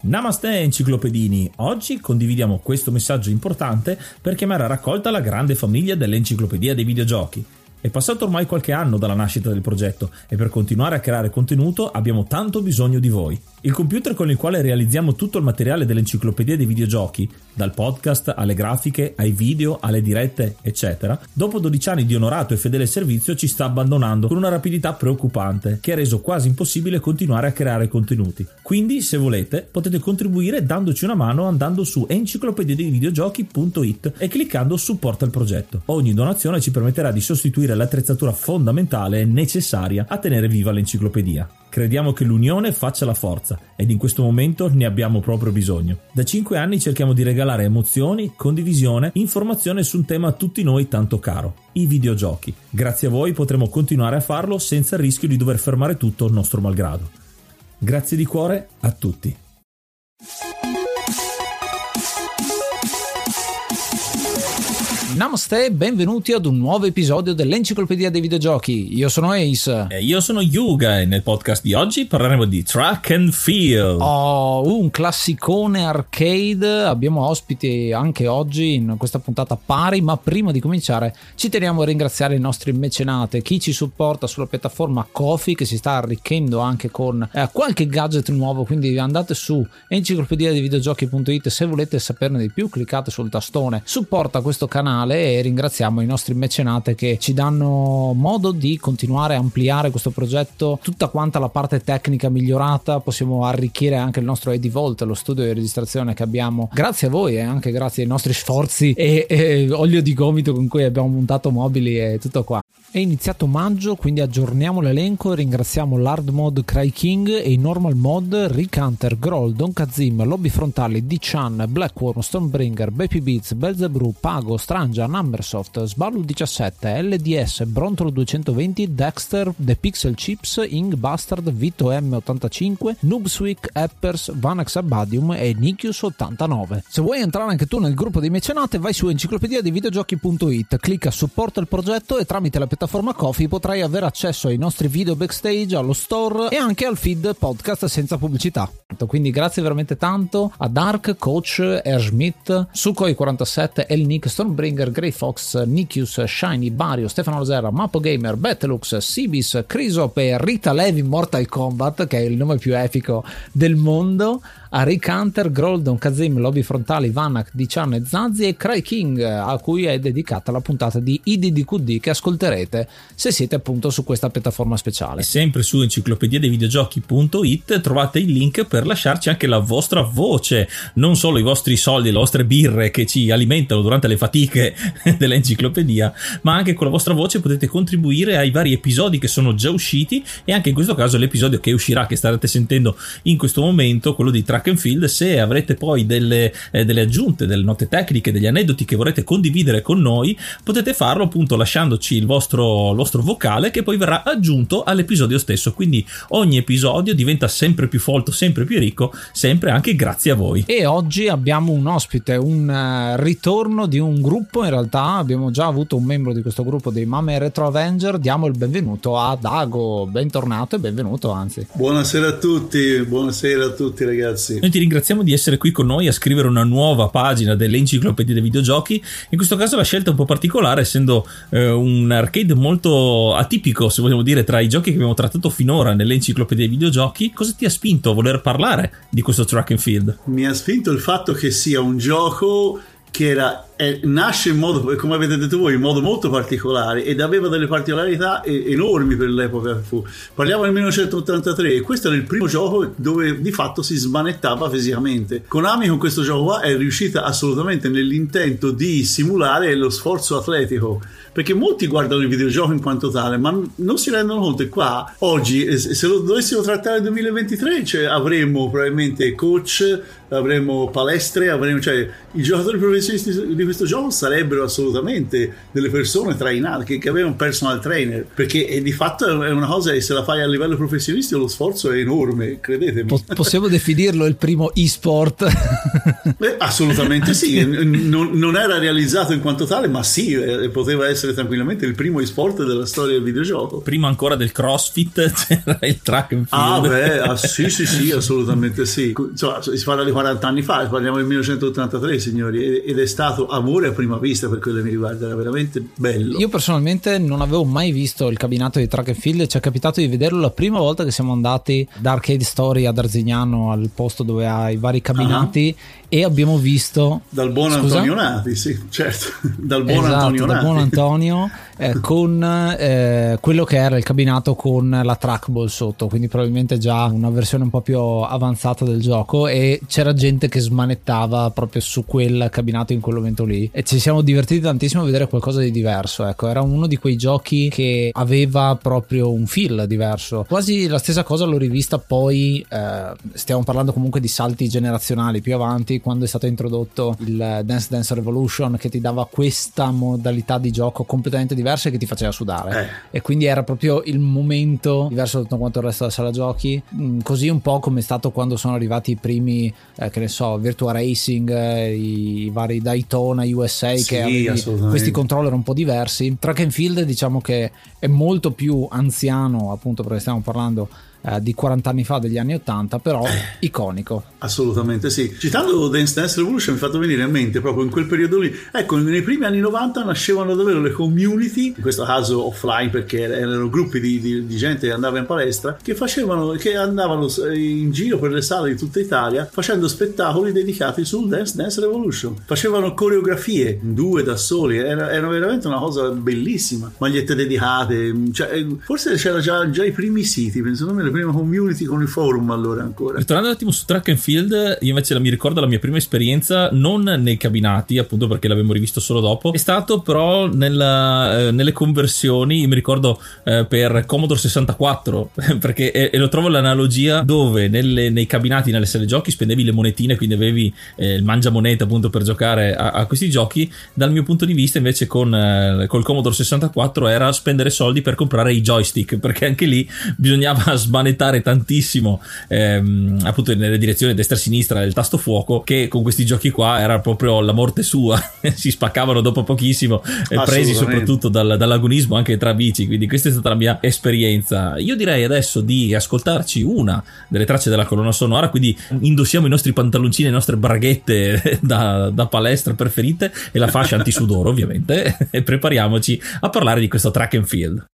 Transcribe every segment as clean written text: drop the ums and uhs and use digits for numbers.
Namaste enciclopedini, oggi condividiamo questo messaggio importante per chiamare a raccolta la grande famiglia dell'Enciclopedia dei Videogiochi. È passato ormai qualche anno dalla nascita del progetto e per continuare a creare contenuto abbiamo tanto bisogno di voi. Il computer con il quale realizziamo tutto il materiale dell'Enciclopedia dei Videogiochi, dal podcast alle grafiche, ai video, alle dirette, eccetera, dopo 12 anni di onorato e fedele servizio ci sta abbandonando con una rapidità preoccupante che ha reso quasi impossibile continuare a creare contenuti. Quindi, se volete, potete contribuire dandoci una mano andando su enciclopediadeivideogiochi.it e cliccando supporta il progetto. Ogni donazione ci permetterà di sostituire l'attrezzatura fondamentale e necessaria a tenere viva l'enciclopedia. Crediamo che l'unione faccia la forza ed in questo momento ne abbiamo proprio bisogno. Da 5 anni cerchiamo di regalare emozioni, condivisione, informazione su un tema a tutti noi tanto caro, i videogiochi. Grazie a voi potremo continuare a farlo senza il rischio di dover fermare tutto nostro malgrado. Grazie di cuore a tutti. Namaste e benvenuti ad un nuovo episodio dell'Enciclopedia dei Videogiochi. Io sono Ace. E io sono Yuga e nel podcast di oggi parleremo di Track and Field. Un classicone arcade. Abbiamo ospiti anche oggi in questa puntata pari, ma prima di cominciare ci teniamo a ringraziare i nostri mecenate, chi ci supporta sulla piattaforma Ko-fi, che si sta arricchendo anche con qualche gadget nuovo, quindi andate su enciclopediadeivideogiochi.it se volete saperne di più, cliccate sul tastone supporta questo canale e ringraziamo i nostri mecenate che ci danno modo di continuare a ampliare questo progetto, tutta quanta la parte tecnica migliorata, possiamo arricchire anche il nostro Edivolt, lo studio di registrazione che abbiamo grazie a voi e anche grazie ai nostri sforzi e olio di gomito con cui abbiamo montato mobili e tutto qua. È iniziato maggio, quindi aggiorniamo l'elenco e ringraziamo l'hard mod Cry King e i normal mod Rick Hunter, Groll, Don Kazim, Lobby Frontali, D-Chan, Blackworm, Stormbringer, Baby Beats, Belzebrew, Pago, Strangia, Numbersoft, Sballu 17, LDS, Brontolo 220, Dexter, The Pixel Chips, Ing Bastard, Vito M85, Noobswick, Eppers, Vanex Abadium e Nikius 89. Se vuoi entrare anche tu nel gruppo dei mecenate, vai su enciclopediadeivideogiochi.it, clicca supporta il progetto e tramite la piattaforma Ko-fi potrai avere accesso ai nostri video backstage, allo store e anche al feed podcast senza pubblicità. Quindi grazie veramente tanto a Dark, Coach, Air Schmidt, Sukhoi47, El Nick, Stormbringer, Grey Fox, Nikius, Shiny, Bario, Stefano Rosera, Mapo Gamer, Bettelux, Sibis, Crisop e Rita Levi Mortal Kombat, che è il nome più epico del mondo, a Rick Hunter, Groldon, Kazim, Lobby Frontali, Vanak, D-Chan e Zazzi e Cry King, a cui è dedicata la puntata di IDDQD che ascolterete se siete appunto su questa piattaforma speciale. E sempre su enciclopediadeivideogiochi.it trovate il link per lasciarci anche la vostra voce, non solo i vostri soldi e le vostre birre che ci alimentano durante le fatiche dell'enciclopedia, ma anche con la vostra voce potete contribuire ai vari episodi che sono già usciti e anche in questo caso l'episodio che uscirà, che starete sentendo in questo momento, quello di Track and Field. Se avrete poi delle aggiunte, delle note tecniche, degli aneddoti che vorrete condividere con noi, potete farlo appunto lasciandoci il vostro vocale che poi verrà aggiunto all'episodio stesso, quindi ogni episodio diventa sempre più folto, sempre più ricco, sempre anche grazie a voi. E oggi abbiamo un ospite, un ritorno di un gruppo. In realtà abbiamo già avuto un membro di questo gruppo dei Mame Retro Avenger. Diamo il benvenuto a Dago. Bentornato e benvenuto, anzi. Buonasera a tutti ragazzi. Noi ti ringraziamo di essere qui con noi a scrivere una nuova pagina dell'Enciclopedia dei Videogiochi. In questo caso la scelta è un po' particolare, essendo un arcade molto atipico, se vogliamo dire, tra i giochi che abbiamo trattato finora nell'Enciclopedia dei Videogiochi. Cosa ti ha spinto a voler parlare di questo Track and Field? Mi ha spinto il fatto che sia un gioco che nasce in modo, come avete detto voi, in modo molto particolare ed aveva delle particolarità enormi per l'epoca. Parliamo del 1983 e questo era il primo gioco dove di fatto si smanettava fisicamente. Konami con questo gioco qua è riuscita assolutamente nell'intento di simulare lo sforzo atletico, perché molti guardano il videogioco in quanto tale ma non si rendono conto che qua oggi, se lo dovessimo trattare nel 2023, cioè avremmo probabilmente coach, avremmo palestre, avremmo, cioè i giocatori professionisti di di questo gioco sarebbero assolutamente delle persone trainate che avevano un personal trainer, perché di fatto è una cosa che se la fai a livello professionistico lo sforzo è enorme, credetemi. Possiamo definirlo il primo e-sport? Assolutamente sì, non era realizzato in quanto tale, ma sì, poteva essere tranquillamente il primo e-sport della storia del videogioco. Prima ancora del CrossFit c'era il track and field. Sì, assolutamente sì. Insomma, si parla di 40 anni fa, parliamo del 1983, signori, ed è stato amore a prima vista per quello che mi riguarda, era veramente bello. Io personalmente non avevo mai visto il cabinato di track and field, ci è capitato di vederlo la prima volta che siamo andati da Arcade Story ad Arzignano, al posto dove ha i vari cabinati, e abbiamo visto dal buon Antonio Nati, sì, certo, dal buon Antonio Nati. Dal buon Antonio con quello che era il cabinato con la trackball sotto, quindi probabilmente già una versione un po' più avanzata del gioco, e c'era gente che smanettava proprio su quel cabinato in quel momento lì, e ci siamo divertiti tantissimo a vedere qualcosa di diverso. Ecco, era uno di quei giochi che aveva proprio un feel diverso. Quasi la stessa cosa l'ho rivista poi, stiamo parlando comunque di salti generazionali più avanti, quando è stato introdotto il Dance Dance Revolution, che ti dava questa modalità di gioco completamente diversa e che ti faceva sudare, e quindi era proprio il momento diverso da tutto quanto il resto della sala giochi, così un po' come è stato quando sono arrivati i primi che ne so, Virtua Racing, i vari Daytona USA, sì, che avevi questi controller un po' diversi. Track and Field diciamo che è molto più anziano, appunto perché stiamo parlando di 40 anni fa, degli anni 80, però iconico. Assolutamente sì. Citando Dance Dance Revolution mi è fatto venire in mente proprio in quel periodo lì, ecco, nei primi anni 90 nascevano davvero le community, in questo caso offline perché erano gruppi di gente che andava in palestra, che andavano in giro per le sale di tutta Italia facendo spettacoli dedicati sul Dance Dance Revolution, facevano coreografie in due, da soli, era veramente una cosa bellissima, magliette dedicate, cioè, forse c'era già i primi siti, penso, non me prima community con i forum allora ancora. Ritornando un attimo su Track and Field, io invece mi ricordo la mia prima esperienza non nei cabinati, appunto perché l'abbiamo rivisto solo dopo, è stato però nelle conversioni, mi ricordo per Commodore 64 perché e lo trovo l'analogia dove nei cabinati, nelle sale giochi spendevi le monetine, quindi avevi il mangiamoneta appunto per giocare a questi giochi. Dal mio punto di vista invece col Commodore 64 era spendere soldi per comprare i joystick, perché anche lì bisognava smanettare tantissimo appunto nelle direzioni destra e sinistra del tasto fuoco, che con questi giochi qua era proprio la morte sua si spaccavano dopo pochissimo, presi soprattutto dall'agonismo anche tra bici. Quindi questa è stata la mia esperienza. Io direi adesso di ascoltarci una delle tracce della colonna sonora, quindi indossiamo i nostri pantaloncini e le nostre braghette da palestra preferite e la fascia antisudore ovviamente e prepariamoci a parlare di questo Track and Field.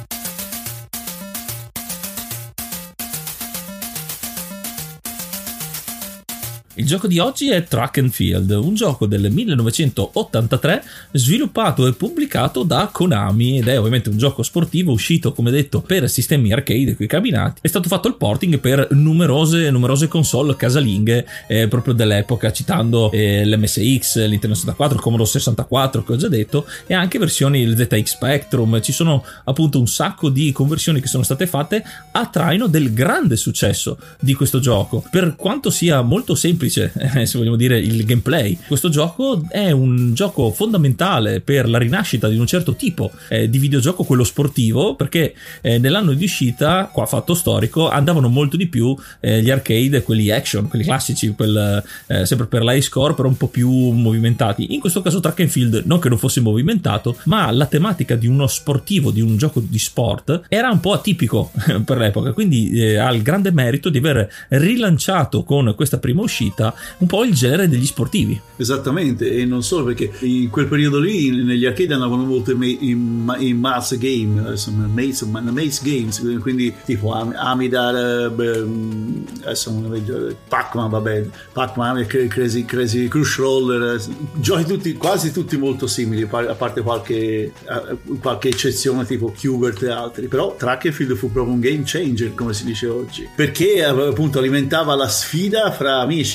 Il gioco di oggi è Track and Field, un gioco del 1983 sviluppato e pubblicato da Konami, ed è ovviamente un gioco sportivo uscito, come detto, per sistemi arcade coi cabinati. È stato fatto il porting per numerose console casalinghe proprio dell'epoca, citando l'MSX, l'Nintendo 64, il Commodore 64 che ho già detto, e anche versioni del ZX Spectrum. Ci sono appunto un sacco di conversioni che sono state fatte a traino del grande successo di questo gioco, per quanto sia molto semplice se vogliamo dire il gameplay. Questo gioco è un gioco fondamentale per la rinascita di un certo tipo di videogioco, quello sportivo, perché nell'anno di uscita, qua fatto storico, andavano molto di più gli arcade, quelli action, quelli classici, sempre per la score, però un po' più movimentati. In questo caso Track and Field non che non fosse movimentato, ma la tematica di uno sportivo, di un gioco di sport, era un po' atipico per l'epoca, quindi ha il grande merito di aver rilanciato con questa prima uscita un po' il genere degli sportivi. Esattamente, e non solo, perché in quel periodo lì negli arcade andavano molto i maze game, maze games, quindi tipo Amidar, adesso non vedo, Pac-Man, Crazy Crush Roller, giochi quasi tutti molto simili, a parte qualche eccezione tipo Qbert e altri. Però Track and Field fu proprio un game changer, come si dice oggi, perché appunto alimentava la sfida fra amici,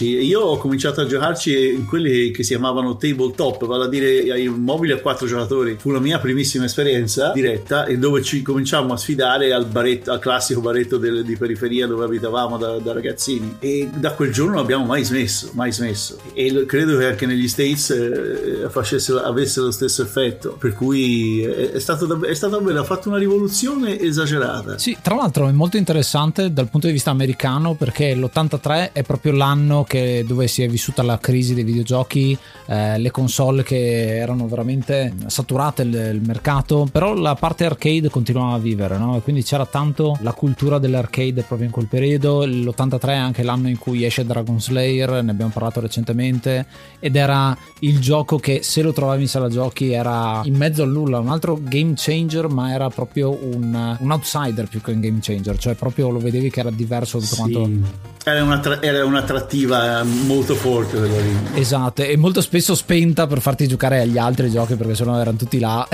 Io ho cominciato a giocarci in quelli che si chiamavano tabletop, vale a dire ai mobili a 4 giocatori. Fu la mia primissima esperienza diretta, e dove ci cominciamo a sfidare al classico baretto di periferia dove abitavamo da ragazzini, e da quel giorno non abbiamo mai smesso, e credo che anche negli States avesse lo stesso effetto, per cui è stato bello, ha fatto una rivoluzione esagerata. Sì, tra l'altro è molto interessante dal punto di vista americano, perché l'83 è proprio l'anno dove si è vissuta la crisi dei videogiochi, le console che erano veramente saturate il mercato, però la parte arcade continuava a vivere, no? E quindi c'era tanto la cultura dell'arcade proprio in quel periodo. L'83 è anche l'anno in cui esce Dragon Slayer, ne abbiamo parlato recentemente, ed era il gioco che, se lo trovavi in sala giochi, era in mezzo al nulla, un altro game changer, ma era proprio un outsider più che un game changer, cioè proprio lo vedevi che era diverso da tutto quanto. Era un'attrattiva molto forte quella lì. Esatto, e molto spesso spenta per farti giocare agli altri giochi, perché sennò erano tutti là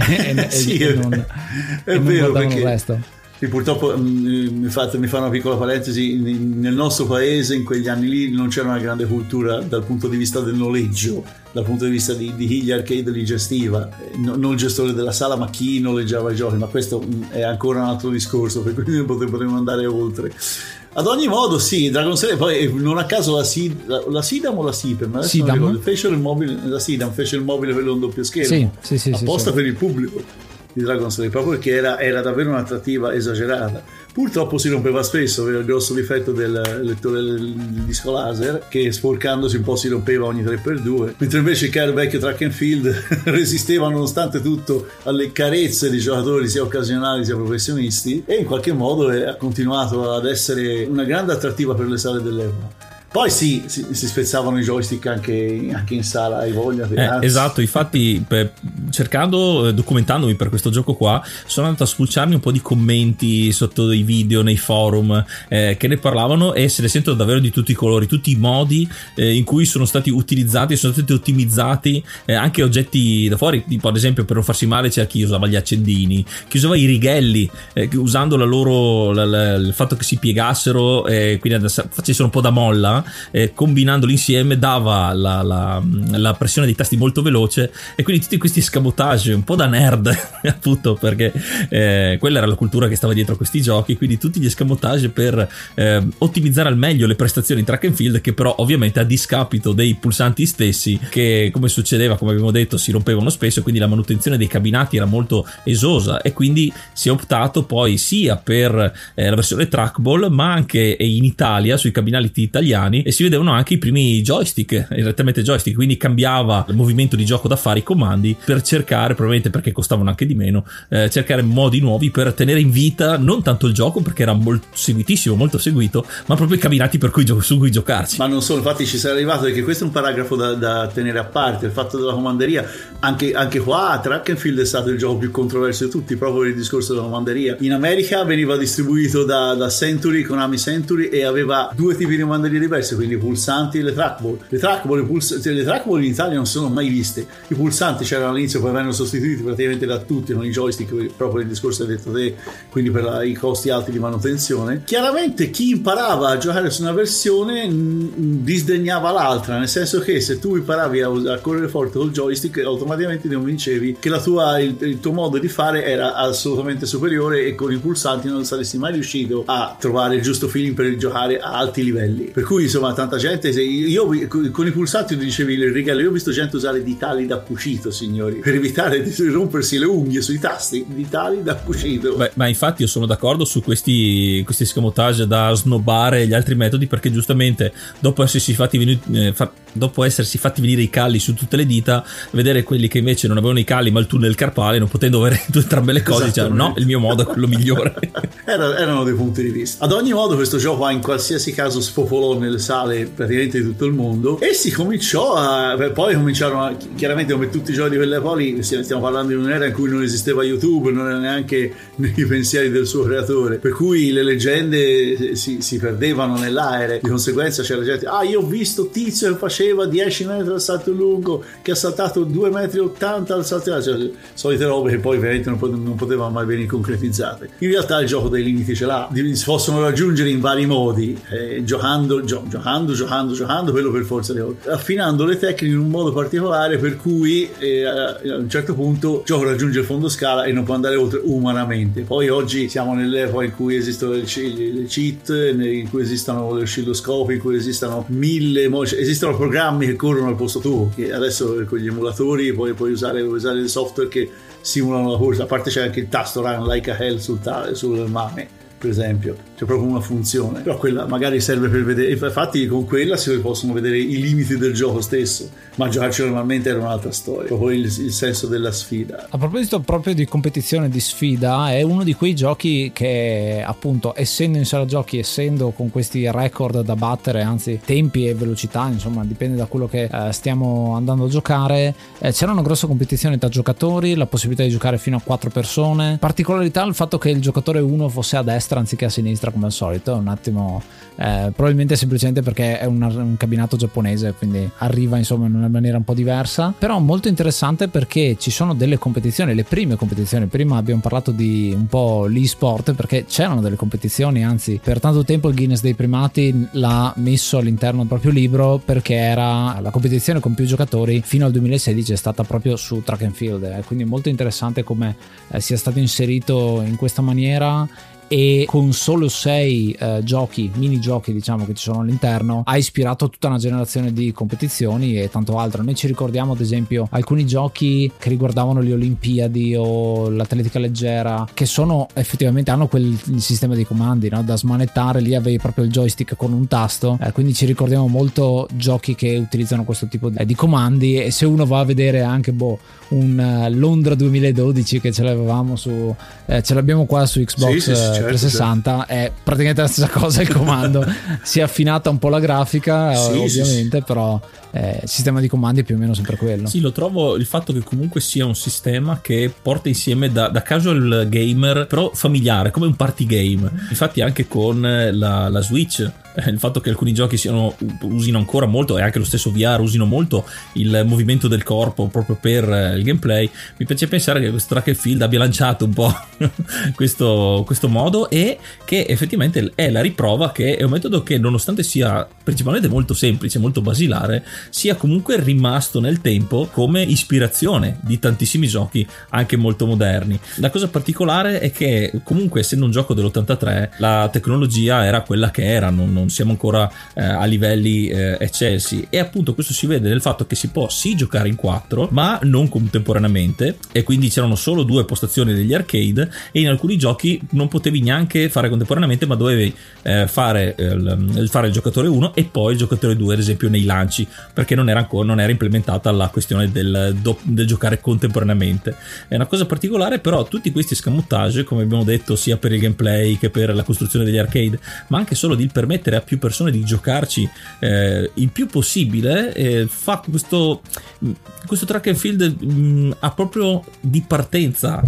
e non guardavano il resto. E purtroppo mi fa una piccola parentesi, nel nostro paese in quegli anni lì non c'era una grande cultura dal punto di vista del noleggio, dal punto di vista di chi gli arcade li gestiva, non il gestore della sala ma chi noleggiava i giochi, ma questo è ancora un altro discorso, per cui noi potremmo andare oltre. Ad ogni modo sì, Dragon Slayer, poi non a caso la Sidam o la Sipem, adesso non ricordo, fecero il mobile, la Sidam fece il mobile per un doppio schermo, sì, apposta per il pubblico di Dragon Slayer, proprio perché era davvero un'attrattiva esagerata. Purtroppo si rompeva spesso, aveva il grosso difetto del lettore del disco laser, che sporcandosi un po' si rompeva ogni 3x2, mentre invece il caro vecchio track and field resisteva nonostante tutto alle carezze di giocatori sia occasionali sia professionisti, e in qualche modo ha continuato ad essere una grande attrattiva per le sale dell'epoca. Poi si spezzavano i joystick anche in sala, hai voglia. Esatto, infatti documentandomi per questo gioco qua, sono andato a spulciarmi un po' di commenti sotto dei video nei forum che ne parlavano, e se ne sentono davvero di tutti i colori, tutti i modi in cui sono stati utilizzati, sono stati ottimizzati anche oggetti da fuori, tipo ad esempio per non farsi male c'era chi usava gli accendini, chi usava i righelli, usando il fatto che si piegassero, quindi facessero un po' da molla, combinandoli insieme dava la pressione dei tasti molto veloce, e quindi tutti questi escamotage un po' da nerd appunto, perché quella era la cultura che stava dietro a questi giochi, quindi tutti gli escamotage per ottimizzare al meglio le prestazioni in track and field, che però ovviamente a discapito dei pulsanti stessi, che come succedeva, come abbiamo detto, si rompevano spesso, e quindi la manutenzione dei cabinati era molto esosa, e quindi si è optato poi sia per la versione trackball, ma anche in Italia sui cabinati italiani, e si vedevano anche i primi joystick, direttamente joystick, quindi cambiava il movimento di gioco da fare, i comandi, per cercare, probabilmente perché costavano anche di meno, cercare modi nuovi per tenere in vita non tanto il gioco, perché era molto seguitissimo, molto seguito, ma proprio i cabinati su cui giocarci. Ma non solo, infatti ci sarà arrivato, perché questo è un paragrafo da tenere a parte, il fatto della comanderia. Anche qua Track and Field è stato il gioco più controverso di tutti, proprio per il discorso della comanderia. In America veniva distribuito da Century, Konami Century, e aveva due tipi di comanderie diverse, quindi i pulsanti e le trackball. Le trackball in Italia non sono mai viste. I pulsanti c'erano all'inizio, poi vennero sostituiti praticamente da tutti, non i joystick, proprio il discorso che hai detto te, quindi per i costi alti di manutenzione. Chiaramente chi imparava a giocare su una versione disdegnava l'altra, nel senso che se tu imparavi a correre forte col joystick, automaticamente ti convincevi che il tuo modo di fare era assolutamente superiore, e con i pulsanti non saresti mai riuscito a trovare il giusto feeling per giocare a alti livelli. Per cui insomma tanta gente, io con i pulsanti dicevi il righello, io ho visto gente usare ditali da cucito, signori, per evitare di rompersi le unghie sui tasti, ditali da cucito. Beh, ma infatti io sono d'accordo su questi escamotage da snobbare gli altri metodi, perché giustamente dopo essersi fatti venire i calli su tutte le dita, vedere quelli che invece non avevano i calli ma il tunnel carpale, non potendo avere entrambe le cose, dicevano no, il mio modo è quello migliore. Erano dei punti di vista. Ad ogni modo questo gioco in qualsiasi caso spopolò nelle sale praticamente di tutto il mondo, e si cominciò poi cominciarono chiaramente, come tutti i giochi di quell'epoca lì, stiamo parlando di un'era in cui non esisteva YouTube, non era neanche nei pensieri del suo creatore, per cui le leggende si perdevano nell'aere. Di conseguenza c'era gente, io ho visto tizio che faceva faceva 10 metri al salto lungo, che ha saltato 2,80 m al salto, cioè solite robe che poi veramente non potevano mai venire concretizzate. In realtà il gioco dei limiti ce l'ha, si possono raggiungere in vari modi, giocando, quello per forza le cose, affinando le tecniche in un modo particolare per cui a un certo punto il gioco raggiunge il fondo scala e non può andare oltre umanamente. Poi oggi siamo nell'epoca in cui esistono le cheat, in cui esistono le oscilloscopi, in cui esistono esistono programmi che corrono al posto tuo, che adesso con gli emulatori puoi usare il software che simulano la corsa. A parte c'è anche il tasto Run Like a Hell sul mame, per esempio, c'è proprio una funzione, però quella magari serve per vedere, infatti con quella si possono vedere i limiti del gioco stesso, ma giocarci normalmente era un'altra storia, proprio il senso della sfida. A proposito proprio di competizione, di sfida, è uno di quei giochi che appunto, essendo in sala giochi, essendo con questi record da battere, anzi tempi e velocità, insomma dipende da quello che stiamo andando a giocare, c'era una grossa competizione tra giocatori, la possibilità di giocare fino a 4 persone, particolarità il fatto che il giocatore 1 fosse a destra anziché a sinistra come al solito, un attimo probabilmente semplicemente perché è un cabinato giapponese, quindi arriva insomma in una maniera un po' diversa, però molto interessante perché ci sono delle competizioni, le prime competizioni. Prima abbiamo parlato di un po' l'e-sport, perché c'erano delle competizioni, anzi per tanto tempo il Guinness dei primati l'ha messo all'interno del proprio libro, perché era la competizione con più giocatori fino al 2016 è stata proprio su Track and Field, quindi molto interessante come sia stato inserito in questa maniera. E con solo 6 minigiochi diciamo che ci sono all'interno, ha ispirato tutta una generazione di competizioni e tanto altro. Noi ci ricordiamo ad esempio alcuni giochi che riguardavano le Olimpiadi o l'atletica leggera, che sono effettivamente hanno quel sistema di comandi, no? Da smanettare, lì avevi proprio il joystick con un tasto, quindi ci ricordiamo molto giochi che utilizzano questo tipo di comandi. E se uno va a vedere anche un Londra 2012 che ce l'avevamo ce l'abbiamo qua su Xbox, sì, 360, certo. È praticamente la stessa cosa, il comando si è affinata un po' la grafica, sì, ovviamente, sì. Però il sistema di comandi è più o meno sempre quello. Sì, lo trovo, il fatto che comunque sia un sistema che porta insieme da casual gamer, però familiare, come un party game. Infatti anche con la Switch, il fatto che alcuni giochi usino ancora molto, e anche lo stesso VR usino molto il movimento del corpo proprio per il gameplay, mi piace pensare che questo Track and Field abbia lanciato un po' questo modo, e che effettivamente è la riprova che è un metodo che, nonostante sia principalmente molto semplice, molto basilare, sia comunque rimasto nel tempo come ispirazione di tantissimi giochi anche molto moderni. La cosa particolare è che comunque, essendo un gioco dell'83, la tecnologia era quella che era, non siamo ancora a livelli eccelsi, e appunto questo si vede nel fatto che si può sì giocare in 4 ma non contemporaneamente, e quindi c'erano solo 2 postazioni degli arcade, e in alcuni giochi non potevi neanche fare contemporaneamente, ma dovevi fare il giocatore 1 e poi il giocatore 2, ad esempio nei lanci, perché non era implementata la questione del giocare contemporaneamente. È una cosa particolare, però tutti questi escamotage, come abbiamo detto, sia per il gameplay che per la costruzione degli arcade, ma anche solo di permettere a più persone di giocarci il più possibile, fa questo Track and Field ha proprio di partenza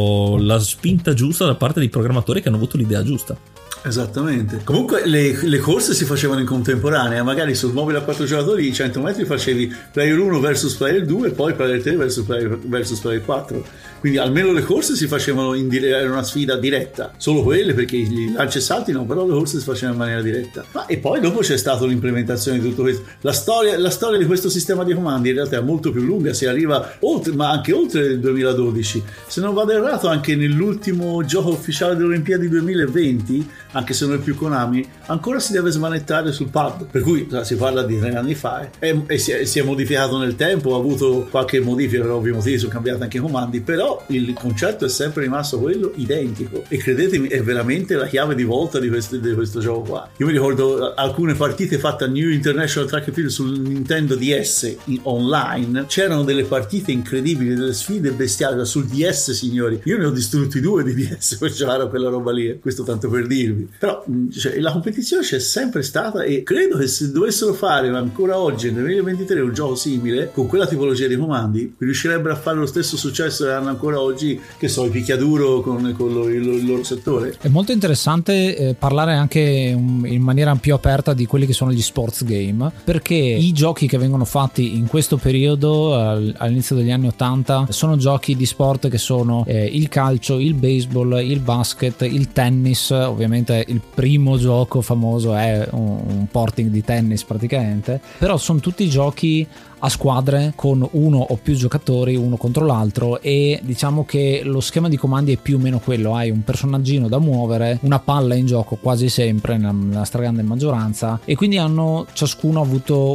la spinta giusta da parte dei programmatori che hanno avuto l'idea giusta. Esattamente. Comunque le corse si facevano in contemporanea, magari sul mobile a 4 giocatori, i 100 metri facevi player 1 versus player 2 e poi player 3 versus player 4. Quindi almeno le corse si facevano era una sfida diretta, solo quelle, perché i lanci e salti no, però le corse si facevano in maniera diretta. E poi dopo c'è stata l'implementazione di tutto questo. La storia di questo sistema di comandi in realtà è molto più lunga, si arriva oltre, ma anche oltre il 2012. Se non vado errato, anche nell'ultimo gioco ufficiale delle Olimpiadi 2020, anche se non è più Konami, ancora si deve smanettare sul pad, per cui si parla di 3 anni fa, e si è modificato nel tempo, ha avuto qualche modifica per ovvi motivi, sono cambiati anche i comandi, però il concetto è sempre rimasto quello, identico, e credetemi è veramente la chiave di volta di questo gioco qua. Io mi ricordo alcune partite fatte a New International Track and Field sul Nintendo DS online, c'erano delle partite incredibili, delle sfide bestiali sul DS, signori. Io ne ho distrutti 2 di DS per giocare a quella roba lì, questo tanto per dirvi. incredibile. Però cioè, la competizione c'è sempre stata, e credo che se dovessero fare ancora oggi nel 2023 un gioco simile con quella tipologia di comandi, riuscirebbero a fare lo stesso successo che hanno ancora oggi, che so, i picchiaduro con il loro settore. È molto interessante parlare anche in maniera più aperta di quelli che sono gli sports game, perché i giochi che vengono fatti in questo periodo all'inizio degli anni 80 sono giochi di sport che sono il calcio, il baseball, il basket, il tennis. Ovviamente il primo gioco famoso è un porting di tennis praticamente, però sono tutti giochi a squadre con uno o più giocatori uno contro l'altro, e diciamo che lo schema di comandi è più o meno quello: hai un personaggino da muovere, una palla in gioco quasi sempre nella stragrande maggioranza, e quindi hanno ciascuno avuto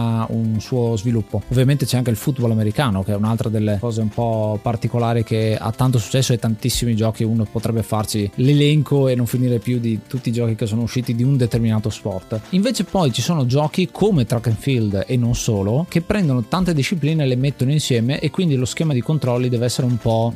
un suo sviluppo. Ovviamente c'è anche il football americano, che è un'altra delle cose un po' particolari che ha tanto successo, e tantissimi giochi. Uno potrebbe farci l'elenco e non finire più di tutti i giochi che sono usciti di un determinato sport. Invece poi ci sono giochi come Track and Field e non solo, che prendono tante discipline e le mettono insieme, e quindi lo schema di controlli deve essere un po'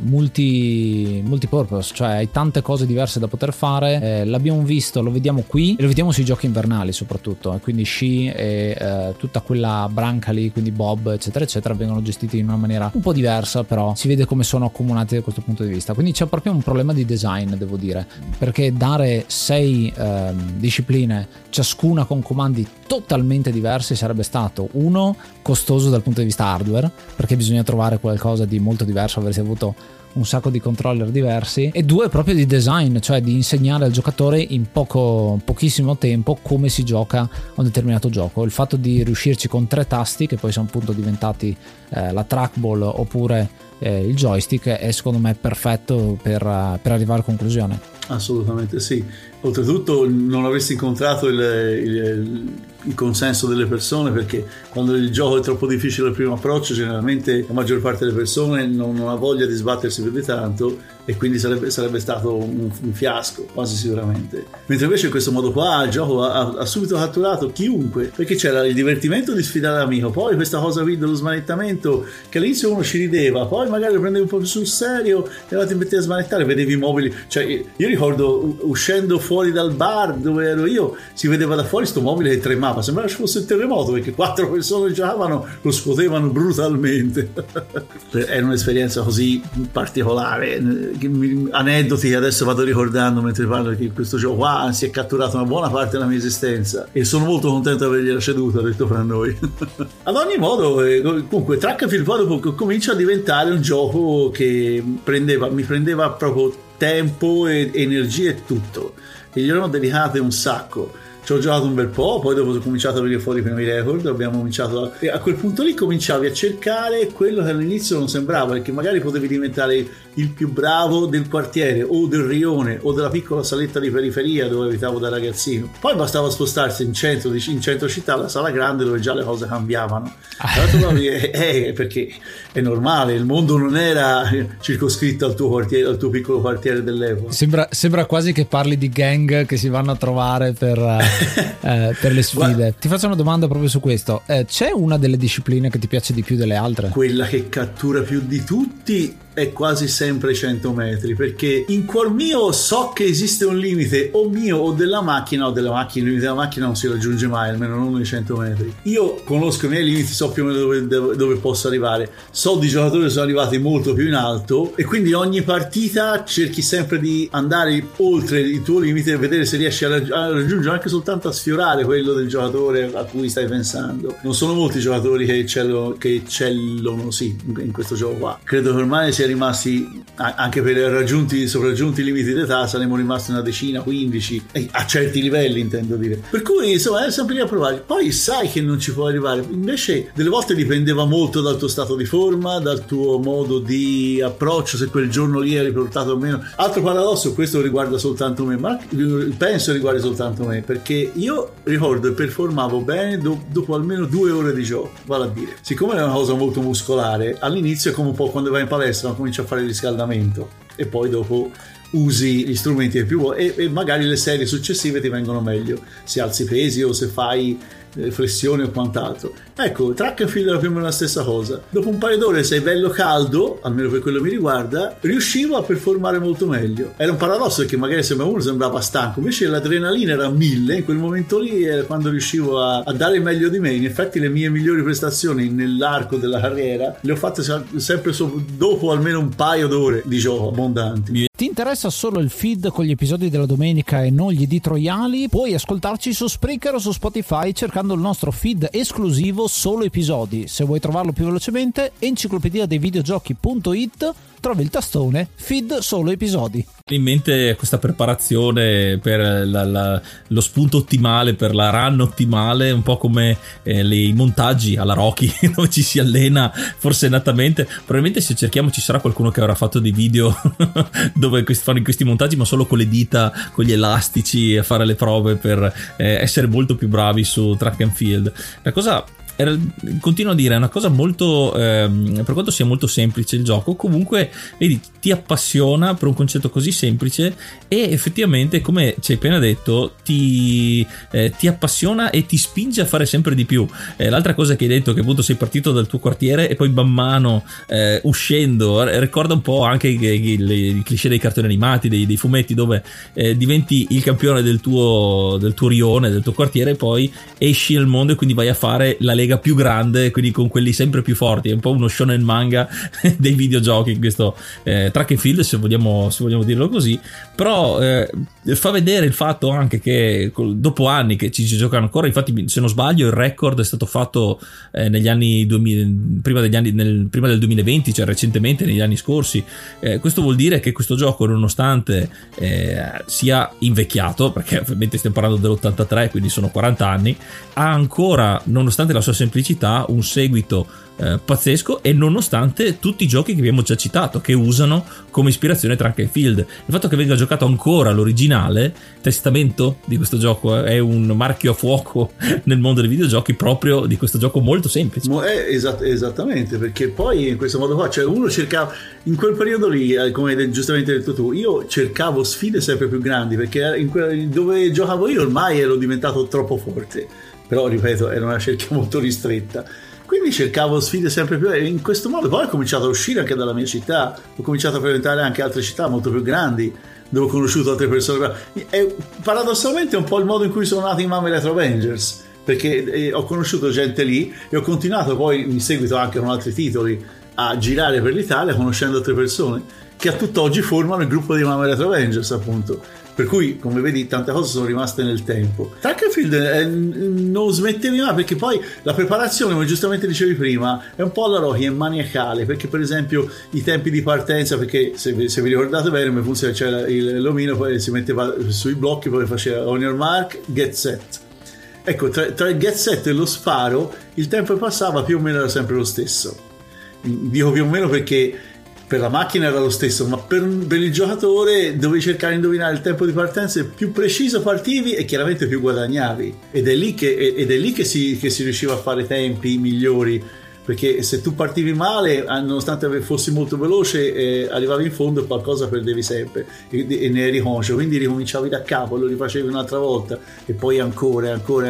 multipurpose, cioè hai tante cose diverse da poter fare. L'abbiamo visto, lo vediamo qui e lo vediamo sui giochi invernali soprattutto, quindi sci e tutta quella branca lì, quindi bob eccetera eccetera, vengono gestiti in una maniera un po' diversa, però si vede come sono accomunati da questo punto di vista. Quindi c'è proprio un problema di design, devo dire, perché dare 6 discipline, ciascuna con comandi totalmente diversi, sarebbe stato costoso dal punto di vista hardware, perché bisogna trovare qualcosa di molto diverso, avresti avuto un sacco di controller diversi, e 2 proprio di design, cioè di insegnare al giocatore in pochissimo tempo come si gioca a un determinato gioco. Il fatto di riuscirci con 3 tasti, che poi sono appunto diventati la trackball oppure il joystick, è secondo me perfetto per arrivare a conclusione. Assolutamente sì. Oltretutto non avresti incontrato il consenso delle persone, perché quando il gioco è troppo difficile al primo approccio, generalmente la maggior parte delle persone non ha voglia di sbattersi più di tanto, e quindi sarebbe stato un fiasco quasi sicuramente. Mentre invece in questo modo qua il gioco ha subito catturato chiunque, perché c'era il divertimento di sfidare l'amico, poi questa cosa qui dello smanettamento, che all'inizio uno ci rideva, poi magari lo prendevi un po' più sul serio e allora ti metteva a smanettare, vedevi i mobili. Cioè io ricordo uscendo fuori dal bar dove ero io, si vedeva da fuori sto mobile che tremava, sembrava ci fosse il terremoto, perché 4 persone giocavano, lo scuotevano brutalmente. Era un'esperienza così particolare, aneddoti che adesso vado ricordando mentre parlo, che questo gioco qua si è catturato una buona parte della mia esistenza, e sono molto contento di avergliela ceduta, detto fra noi. Ad ogni modo, comunque Track and Field poi dopo comincia a diventare un gioco che mi prendeva proprio tempo e energie e tutto, e gli erano dedicate un sacco. Ci ho giocato un bel po', poi dopo ho cominciato a venire fuori i primi record, abbiamo cominciato e a quel punto lì cominciavi a cercare quello che all'inizio non sembrava, perché magari potevi diventare il più bravo del quartiere o del rione o della piccola saletta di periferia dove abitavo da ragazzino. Poi bastava spostarsi in centro città, la sala grande, dove già le cose cambiavano. Perché è normale, il mondo non era circoscritto al tuo quartiere, al tuo piccolo quartiere dell'epoca. Sembra quasi che parli di gang che si vanno a trovare per le sfide. Ti faccio una domanda proprio su questo. C'è una delle discipline che ti piace di più delle altre? Quella che cattura più di tutti è quasi sempre 100 metri, perché in cuor mio so che esiste un limite o mio o della macchina, il limite della macchina non si raggiunge mai, almeno non nei 100 metri. Io conosco i miei limiti, so più o meno dove posso arrivare, so di giocatori che sono arrivati molto più in alto, e quindi ogni partita cerchi sempre di andare oltre il tuo limite e vedere se riesci a raggiungere, anche soltanto a sfiorare quello del giocatore a cui stai pensando. Non sono molti giocatori che eccellono sì in questo gioco qua. Credo che ormai sia rimasti, anche per sopraggiunti i limiti d'età, saremmo rimasti una decina, 15 a certi livelli, intendo dire. Per cui insomma è sempre lì a provare. Poi sai che non ci puoi arrivare, invece delle volte dipendeva molto dal tuo stato di forma, dal tuo modo di approccio, se quel giorno lì eri portato o meno. Altro paradosso, questo riguarda soltanto me, ma penso riguardi soltanto me, perché io ricordo che performavo bene dopo almeno 2 ore di gioco, vale a dire, siccome è una cosa molto muscolare, all'inizio è come un po' quando vai in palestra, cominci a fare il riscaldamento e poi dopo usi gli strumenti che più vuoi, e magari le serie successive ti vengono meglio, se alzi pesi o se fai flessione o quant'altro. Ecco, track and field era più o meno la stessa cosa. Dopo un paio d'ore, se è bello caldo, almeno per quello mi riguarda, riuscivo a performare molto meglio. Era un paradosso perché magari uno sembrava stanco, invece l'adrenalina era a 1000, in quel momento lì era quando riuscivo a dare il meglio di me. In effetti le mie migliori prestazioni nell'arco della carriera le ho fatte sempre dopo almeno un paio d'ore di gioco abbondanti. Ti interessa solo il feed con gli episodi della domenica e non gli editoriali? Puoi ascoltarci su Spreaker o su Spotify cercando il nostro feed esclusivo Solo Episodi. Se vuoi trovarlo più velocemente, enciclopedia dei videogiochi.it, trovi il tastone feed Solo Episodi. In mente questa preparazione per lo spunto ottimale, per la run ottimale, un po' come i montaggi alla Rocky dove ci si allena forsennatamente. Probabilmente se cerchiamo ci sarà qualcuno che avrà fatto dei video dove fanno questi montaggi ma solo con le dita, con gli elastici, a fare le prove per essere molto più bravi su track and field. La cosa, continuo a dire, è una cosa molto per quanto sia molto semplice il gioco, comunque vedi, ti appassiona per un concetto così semplice e effettivamente, come ci hai appena detto, ti appassiona e ti spinge a fare sempre di più. L'altra cosa che hai detto, che appunto sei partito dal tuo quartiere e poi man mano uscendo, ricorda un po' anche i cliché dei cartoni animati, dei fumetti, dove diventi il campione del tuo rione, del tuo quartiere, e poi esci nel mondo e quindi vai a fare la lega più grande, quindi con quelli sempre più forti. È un po' uno shonen manga dei videogiochi in questo track and field, se vogliamo dirlo così. Però fa vedere il fatto anche che dopo anni che ci giocano ancora, infatti se non sbaglio il record è stato fatto negli anni 2000, prima del 2020, cioè recentemente, negli anni scorsi. Questo vuol dire che questo gioco, nonostante sia invecchiato, perché ovviamente stiamo parlando dell'83, quindi sono 40 anni, ha ancora, nonostante la sua semplicità, un seguito pazzesco, e nonostante tutti i giochi che abbiamo già citato che usano come ispirazione track and field. Il fatto che venga giocato ancora l'originale testamento di questo gioco è un marchio a fuoco nel mondo dei videogiochi, proprio di questo gioco molto semplice. Esattamente, perché poi in questo modo qua, cioè uno cercava in quel periodo lì, come hai giustamente detto tu, io cercavo sfide sempre più grandi, perché dove giocavo io ormai ero diventato troppo forte, però ripeto, era una cerchia molto ristretta. Quindi cercavo sfide sempre più, e in questo modo poi ho cominciato a uscire anche dalla mia città, ho cominciato a frequentare anche altre città molto più grandi, dove ho conosciuto altre persone. E paradossalmente è un po' il modo in cui sono nati i Mame Retro Avengers, perché ho conosciuto gente lì e ho continuato poi in seguito anche con altri titoli a girare per l'Italia conoscendo altre persone che a tutt'oggi formano il gruppo dei Mame Retro Avengers, appunto. Per cui, come vedi, tante cose sono rimaste nel tempo. Track and field non smettevi mai, perché poi la preparazione, come giustamente dicevi prima, è un po' alla Rocky, è maniacale, perché per esempio i tempi di partenza, perché se vi ricordate bene come funziona, c'era l'omino, poi si metteva sui blocchi, poi faceva on your mark, get set. Ecco, tra il get set e lo sparo il tempo che passava più o meno era sempre lo stesso. Dico più o meno perché per la macchina era lo stesso, ma per il giocatore dovevi cercare di indovinare il tempo di partenza, e più preciso partivi e chiaramente più guadagnavi, ed è lì che si riusciva a fare tempi migliori, perché se tu partivi male, nonostante fossi molto veloce, arrivavi in fondo e qualcosa perdevi sempre e ne eri conscio, quindi ricominciavi da capo, lo rifacevi un'altra volta e poi ancora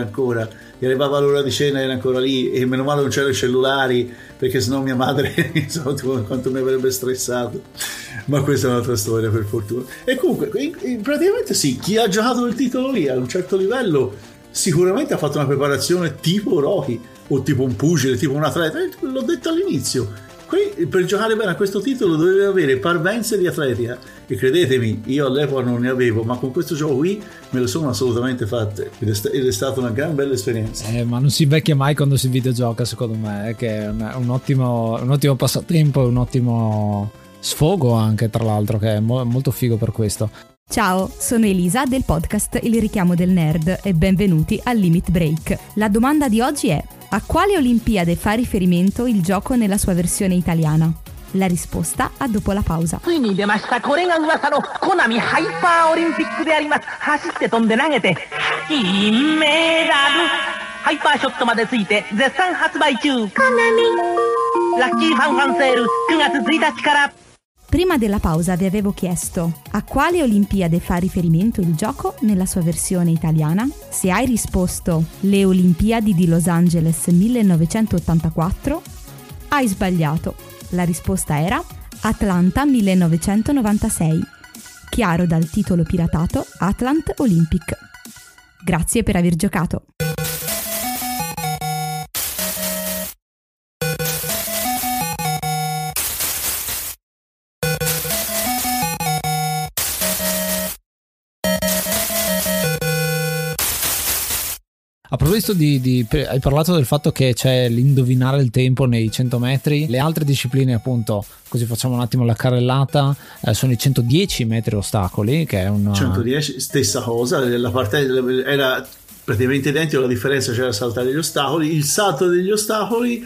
e arrivava l'ora di cena, era ancora lì, e meno male non c'erano i cellulari, perché sennò mia madre so quanto mi avrebbe stressato, ma questa è un'altra storia, per fortuna. E comunque praticamente sì, chi ha giocato il titolo lì a un certo livello sicuramente ha fatto una preparazione tipo Rocky, o tipo un pugile, tipo un atleta. L'ho detto all'inizio, qui per giocare bene a questo titolo dovevi avere parvenze di atletica, e credetemi, io all'epoca non ne avevo, ma con questo gioco qui me le sono assolutamente fatte, ed è stata una gran bella esperienza. Ma non si invecchia mai quando si videogioca, secondo me, che è un ottimo passatempo e un ottimo sfogo anche, tra l'altro, che è molto figo per questo. Ciao, sono Elisa del podcast Il richiamo del nerd e benvenuti al Limit Break. La domanda di oggi è: a quale Olimpiade fa riferimento il gioco nella sua versione italiana? La risposta a dopo la pausa. ついに出ました。これが噂のコナミハイパーオリンピックであります。走って飛んで投げて金メダル。ハイパーショットまでついて絶賛発売中。コナミラッキーファンファンセール9月1日から。 Prima della pausa vi avevo chiesto a quale Olimpiade fa riferimento il gioco nella sua versione italiana. Se hai risposto le Olimpiadi di Los Angeles 1984, hai sbagliato. La risposta era Atlanta 1996, chiaro dal titolo piratato Atlant Olympic. Grazie per aver giocato. A proposito hai parlato del fatto che c'è l'indovinare il tempo nei 100 metri, le altre discipline appunto, così facciamo un attimo la carrellata, sono i 110 metri ostacoli, che è un 110, stessa cosa, la parte era praticamente identica, la differenza c'era saltare gli ostacoli, il salto degli ostacoli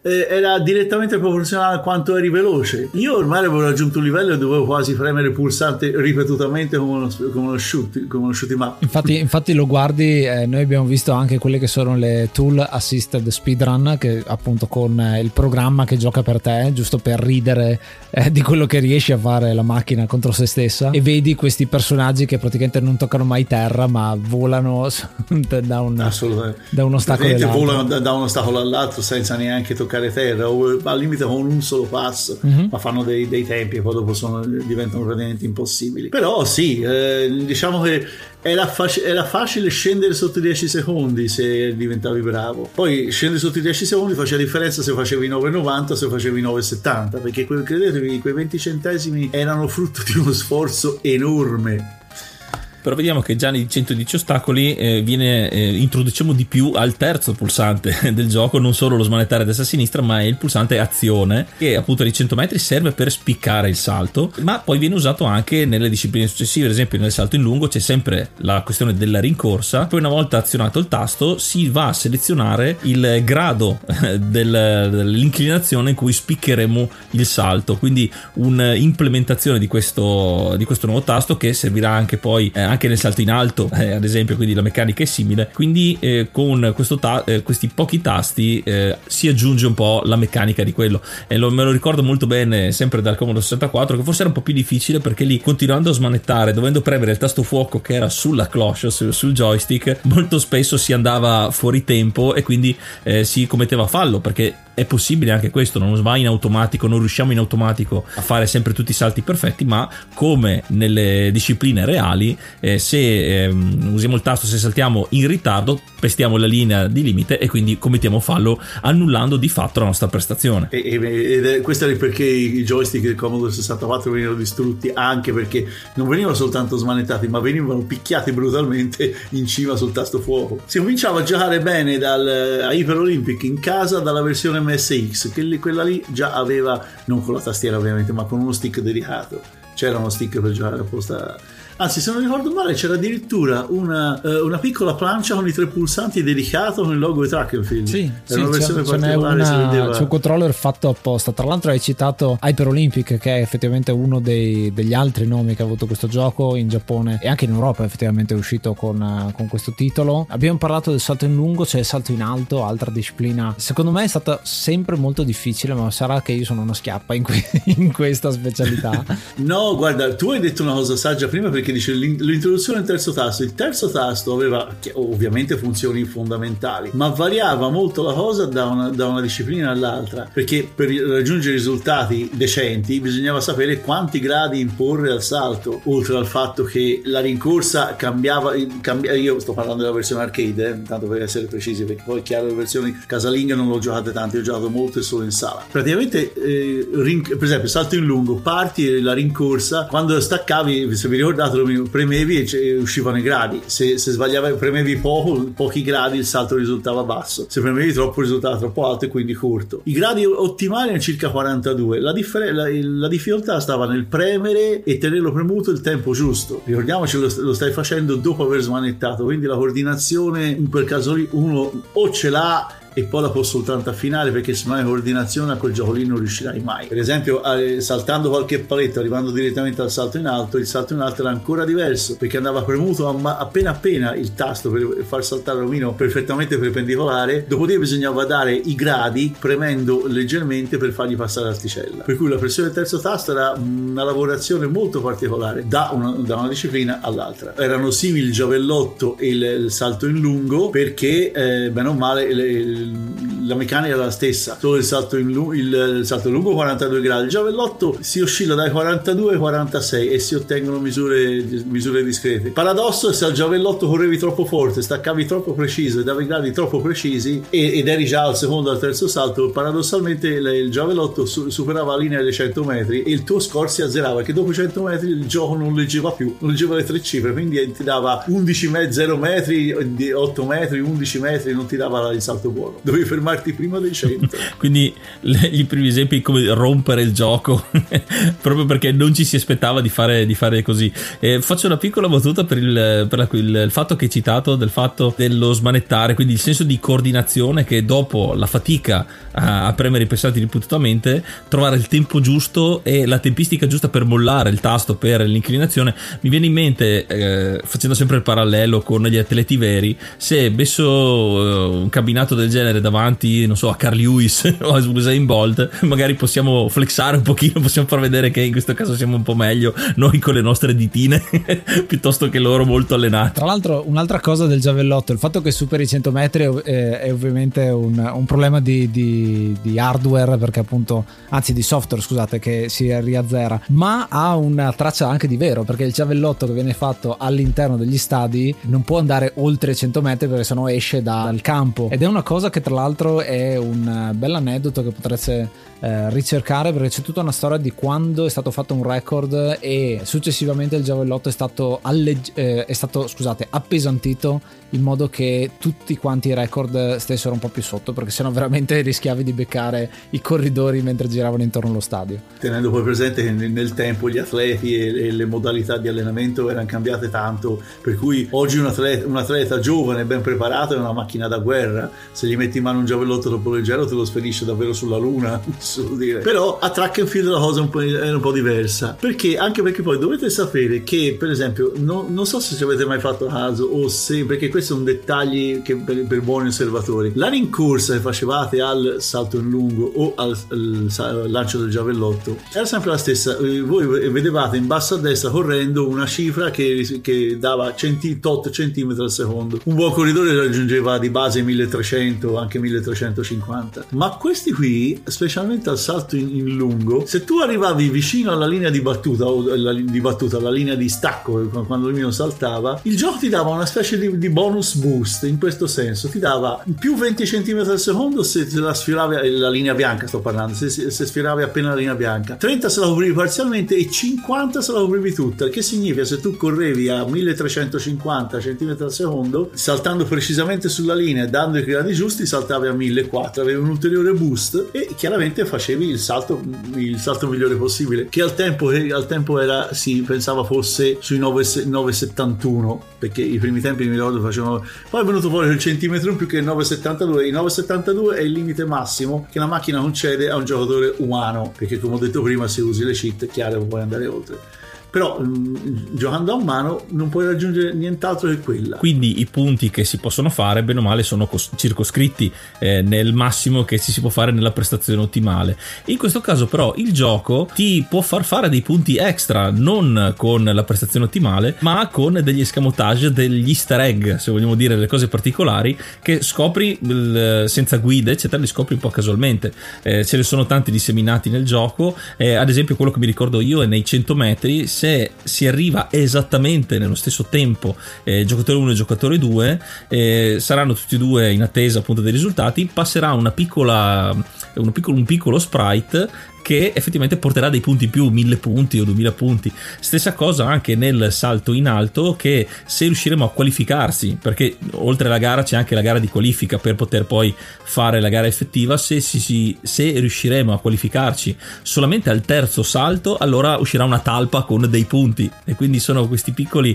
era direttamente proporzionale a quanto eri veloce. Io ormai avevo raggiunto un livello e dovevo quasi premere il pulsante ripetutamente come uno shoot 'em up. Infatti lo guardi, noi abbiamo visto anche quelle che sono le tool assisted speedrun, che appunto con il programma che gioca per te, giusto per ridere di quello che riesce a fare la macchina contro se stessa, e vedi questi personaggi che praticamente non toccano mai terra ma volano da un ostacolo all'altro. Volano da un ostacolo all'altro senza neanche toccare terra, o al limite con un solo passo, ma fanno dei tempi e poi dopo diventano praticamente impossibili. Però sì, diciamo che era facile scendere sotto i 10 secondi se diventavi bravo. Poi scendere sotto i 10 secondi faceva differenza se facevi 9,90 o se facevi 9,70, perché credetevi, quei 20 centesimi erano frutto di uno sforzo enorme. Però vediamo che già nei 110 ostacoli introduciamo di più al terzo pulsante del gioco, non solo lo smanettare destra e sinistra, ma è il pulsante azione, che appunto nei 100 metri serve per spiccare il salto, ma poi viene usato anche nelle discipline successive. Ad esempio nel salto in lungo c'è sempre la questione della rincorsa, poi una volta azionato il tasto si va a selezionare il grado dell'inclinazione in cui spiccheremo il salto, quindi un'implementazione di questo nuovo tasto che servirà anche poi anche nel salto in alto, ad esempio, quindi la meccanica è simile. Quindi con questi pochi tasti si aggiunge un po' la meccanica di quello, e me lo ricordo molto bene sempre dal Commodore 64, che forse era un po' più difficile perché lì, continuando a smanettare, dovendo premere il tasto fuoco che era sulla cloche, sul joystick, molto spesso si andava fuori tempo e quindi si commetteva fallo, perché è possibile anche questo, non va in automatico, non riusciamo in automatico a fare sempre tutti i salti perfetti, ma come nelle discipline reali, se usiamo il tasto, se saltiamo in ritardo, pestiamo la linea di limite e quindi commettiamo fallo, annullando di fatto la nostra prestazione. Questo è perché i joystick del Commodore 64 venivano distrutti, anche perché non venivano soltanto smanettati, ma venivano picchiati brutalmente in cima sul tasto fuoco. Si cominciava a giocare bene a Hyper Olympic in casa dalla versione MSX, che quella lì già aveva, non con la tastiera ovviamente, ma con uno stick dedicato. C'era uno stick per giocare apposta. Anzi, se non ricordo male, c'era addirittura una piccola plancia con i 3 pulsanti dedicato con il logo di Track and Field. Sì, era una versione particolare. C'è un controller fatto apposta. Tra l'altro hai citato Hyper Olympic, che è effettivamente uno degli altri nomi che ha avuto questo gioco in Giappone e anche in Europa. Effettivamente è uscito con questo titolo. Abbiamo parlato del salto in lungo, c'è il salto in alto, altra disciplina. Secondo me è stata sempre molto difficile, ma sarà che io sono una schiappa in questa specialità. No, guarda, tu hai detto una cosa saggia prima, perché dice l'introduzione del terzo tasto. Il terzo tasto aveva ovviamente funzioni fondamentali, ma variava molto la cosa da una disciplina all'altra, perché per raggiungere risultati decenti bisognava sapere quanti gradi imporre al salto, oltre al fatto che la rincorsa cambiava. Io sto parlando della versione arcade, tanto per essere precisi, perché poi è chiaro, le versioni casalinghe non l'ho giocate tante, ho giocato molto e solo in sala. Praticamente per esempio salto in lungo, parti e la rincorsa, quando staccavi, se vi ricordate, premevi e uscivano i gradi. Se sbagliavi, premevi pochi gradi, il salto risultava basso. Se premevi troppo, risultava troppo alto e quindi corto. I gradi ottimali erano circa 42. La difficoltà stava nel premere e tenerlo premuto il tempo giusto. Ricordiamoci, lo stai facendo dopo aver smanettato, quindi la coordinazione in quel caso lì uno o ce l'ha e poi la può soltanto affinare, perché se non hai coordinazione a quel gioco lì non riuscirai mai. Per esempio saltando qualche paletto, arrivando direttamente al salto in alto, il salto in alto era ancora diverso, perché andava premuto appena il tasto per far saltare l'omino perfettamente perpendicolare, dopodiché bisognava dare i gradi premendo leggermente per fargli passare l'asticella, per cui la pressione del terzo tasto era una lavorazione molto particolare da una disciplina all'altra. Erano simili il giavellotto e il salto in lungo, perché bene o male la meccanica era la stessa, solo il salto lungo 42 gradi, il giavellotto si oscilla dai 42 ai 46 e si ottengono misure discrete. Paradosso: se al giavellotto correvi troppo forte, staccavi troppo preciso e davi gradi troppo precisi ed eri già al secondo o al terzo salto, paradossalmente il giavellotto superava la linea dei 100 metri e il tuo score si azzerava, che dopo 100 metri il gioco non leggeva più, non leggeva le 3 cifre, quindi ti dava 0 metri, 8 metri, 11 metri, non ti dava il salto buono, dovevi fermarti prima dei 100. Quindi i primi esempi come rompere il gioco proprio perché non ci si aspettava di fare così. Faccio una piccola battuta per il fatto che hai citato, del fatto dello smanettare, quindi il senso di coordinazione, che dopo la fatica a premere i pulsanti ripetutamente, trovare il tempo giusto e la tempistica giusta per mollare il tasto per l'inclinazione. Mi viene in mente, facendo sempre il parallelo con gli atleti veri, se messo un cabinato del genere davanti, non so, a Carl Lewis o a Usain Bolt, magari possiamo flexare un pochino, possiamo far vedere che in questo caso siamo un po' meglio noi con le nostre ditine piuttosto che loro molto allenati. Tra l'altro, un'altra cosa del giavellotto, il fatto che superi i 100 metri è ovviamente un problema di hardware, perché appunto, anzi di software, scusate, che si riazzera, ma ha una traccia anche di vero, perché il giavellotto che viene fatto all'interno degli stadi non può andare oltre i 100 metri, perché sennò esce dal campo, ed è una cosa che tra l'altro è un bel aneddoto che potreste ricercare, perché c'è tutta una storia di quando è stato fatto un record e successivamente il giavellotto è stato appesantito in modo che tutti quanti i record stessero un po' più sotto, perché sennò veramente rischiavi di beccare i corridori mentre giravano intorno allo stadio. Tenendo poi presente che nel tempo gli atleti e le modalità di allenamento erano cambiate tanto, per cui oggi un atleta giovane ben preparato è una macchina da guerra, se gli metti in mano un giavellotto troppo leggero te lo spedisce davvero sulla luna, dire. Però a track and field la cosa era un po' diversa, anche perché poi dovete sapere che, per esempio, non so se ci avete mai fatto caso o se, perché questi sono dettagli che per buoni osservatori, la rincorsa che facevate al salto in lungo o al lancio del giavellotto era sempre la stessa. Voi vedevate in basso a destra correndo una cifra che dava tot centimetri al secondo. Un buon corridore raggiungeva di base 1300, anche 1350, ma questi qui, specialmente al salto in lungo, se tu arrivavi vicino alla linea di battuta alla linea di stacco, quando l'omino saltava, il gioco ti dava una specie di bonus boost. In questo senso ti dava più 20 cm al secondo se la sfioravi la linea bianca, sto parlando, se sfioravi appena la linea bianca, 30 se la coprivi parzialmente e 50 se la coprivi tutta, che significa se tu correvi a 1350 cm al secondo, saltando precisamente sulla linea e dando i gradi giusti, saltavi a 1400, avevi un ulteriore boost e chiaramente facevi il salto migliore possibile, che al tempo era, si pensava fosse sui 9,71, perché i primi tempi mi ricordo facevano, poi è venuto fuori il centimetro in più che il 9,72. Il 9,72 è il limite massimo che la macchina concede a un giocatore umano, perché come ho detto prima, se usi le cheat è chiaro che puoi andare oltre. Però giocando a mano non puoi raggiungere nient'altro che quella. Quindi i punti che si possono fare bene o male sono circoscritti nel massimo che si può fare nella prestazione ottimale. In questo caso però il gioco ti può far fare dei punti extra, non con la prestazione ottimale ma con degli escamotage, degli easter egg, se vogliamo dire, delle cose particolari che scopri senza guide eccetera, li scopri un po' casualmente. Ce ne sono tanti disseminati nel gioco, ad esempio quello che mi ricordo io è nei 100 metri, se si arriva esattamente nello stesso tempo giocatore 1 e giocatore 2, saranno tutti e due in attesa appunto dei risultati, passerà un piccolo sprite che effettivamente porterà dei punti in più, 1000 punti o 2000 punti. Stessa cosa anche nel salto in alto, che se riusciremo a qualificarsi, perché oltre alla gara c'è anche la gara di qualifica per poter poi fare la gara effettiva, se riusciremo a qualificarci solamente al terzo salto, allora uscirà una talpa con dei punti, e quindi sono questi piccoli